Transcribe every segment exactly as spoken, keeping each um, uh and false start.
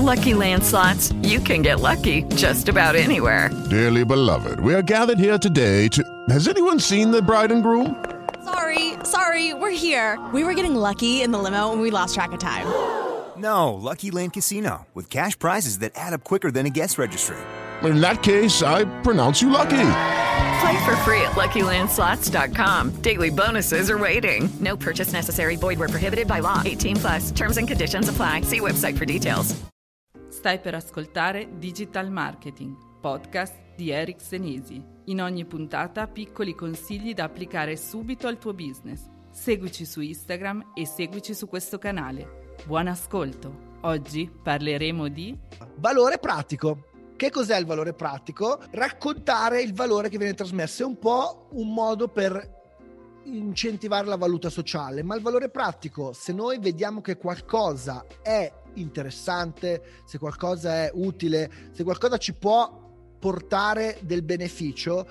Lucky Land Slots, you can get lucky just about anywhere. Dearly beloved, we are gathered here today to... Has anyone seen the bride and groom? Sorry, sorry, we're here. We were getting lucky in the limo and we lost track of time. No, Lucky Land Casino, with cash prizes that add up quicker than a guest registry. In that case, I pronounce you lucky. Play for free at Lucky Land Slots dot com. Daily bonuses are waiting. No purchase necessary. Void where prohibited by law. eighteen plus. Terms and conditions apply. See website for details. Stai per ascoltare Digital Marketing, podcast di Eric Senesi. In ogni puntata piccoli consigli da applicare subito al tuo business. Seguici su Instagram e seguici su questo canale. Buon ascolto. Oggi parleremo di valore pratico. Che cos'è il valore pratico? Raccontare il valore che viene trasmesso. È un po' un modo per incentivare la valuta sociale, ma il valore pratico, se noi vediamo che qualcosa è interessante, se qualcosa è utile, se qualcosa ci può portare del beneficio,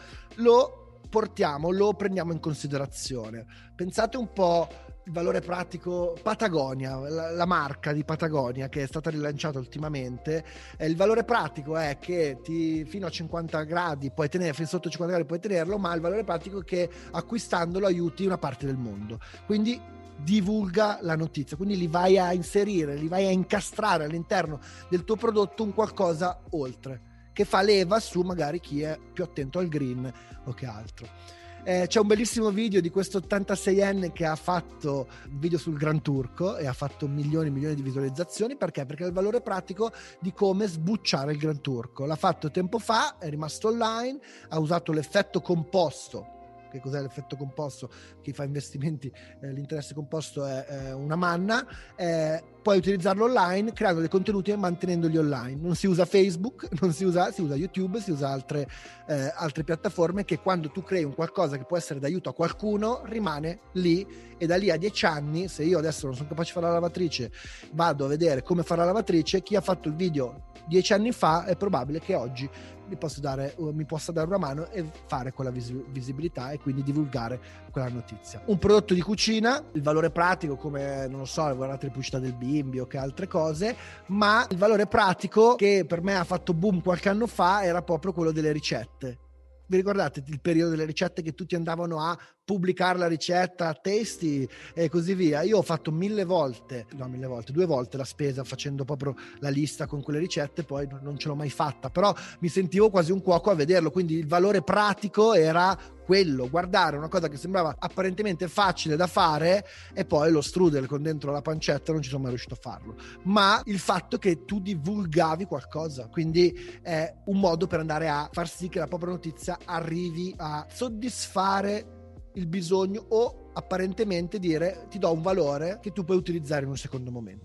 lo portiamo, lo prendiamo in considerazione. Pensate un po' il valore pratico Patagonia, la, la marca di Patagonia che è stata rilanciata ultimamente. Eh, il valore pratico è che ti, fino a cinquanta gradi puoi tenere, fino sotto cinquanta gradi puoi tenerlo, ma il valore pratico è che acquistandolo aiuti una parte del mondo. Quindi divulga la notizia, quindi li vai a inserire, li vai a incastrare all'interno del tuo prodotto un qualcosa oltre, che fa leva su magari chi è più attento al green o che altro. Eh, c'è un bellissimo video di questo ottantaseienne che ha fatto un video sul Gran Turco e ha fatto milioni e milioni di visualizzazioni. Perché? Perché è il valore pratico di come sbucciare il Gran Turco. L'ha fatto tempo fa, è rimasto online, ha usato l'effetto composto. Che cos'è l'effetto composto? Chi fa investimenti, eh, l'interesse composto è eh, una manna. Eh, puoi utilizzarlo online creando dei contenuti e mantenendoli online. Non si usa Facebook, non si usa, si usa YouTube, si usa altre, eh, altre piattaforme, che quando tu crei un qualcosa che può essere d'aiuto a qualcuno rimane lì, e da lì a dieci anni, se io adesso non sono capace di fare la lavatrice, vado a vedere come fare la lavatrice, chi ha fatto il video dieci anni fa è probabile che oggi mi possa dare, mi possa dare una mano e fare quella vis- visibilità e quindi divulgare quella notizia. Un prodotto di cucina, il valore pratico come, non lo so, guardate le pubblicità del Bimbi o che altre cose, ma il valore pratico che per me ha fatto boom qualche anno fa era proprio quello delle ricette. Vi ricordate il periodo delle ricette che tutti andavano a pubblicare la ricetta a testi e così via? Io ho fatto mille volte, no mille volte, due volte la spesa facendo proprio la lista con quelle ricette, poi non ce l'ho mai fatta, però mi sentivo quasi un cuoco a vederlo, quindi il valore pratico era quello, guardare una cosa che sembrava apparentemente facile da fare e poi lo strudel con dentro la pancetta non ci sono mai riuscito a farlo, ma il fatto che tu divulgavi qualcosa, quindi è un modo per andare a far sì che la propria notizia arrivi a soddisfare il bisogno o apparentemente dire ti do un valore che tu puoi utilizzare in un secondo momento.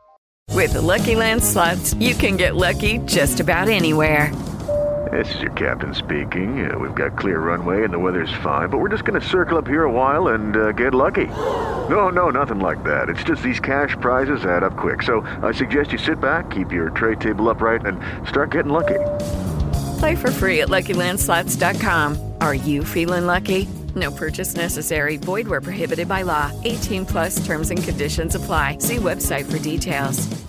With the Lucky Land Slots, you can get lucky just about anywhere. This is your captain speaking. Uh, we've got clear runway and the weather's fine, but we're just going to circle up here a while and uh, get lucky. No, no, nothing like that. It's just these cash prizes add up quick. So I suggest you sit back, keep your tray table upright, and start getting lucky. Play for free at Lucky Land Slots dot com. Are you feeling lucky? No purchase necessary. Void where prohibited by law. eighteen plus terms and conditions apply. See website for details.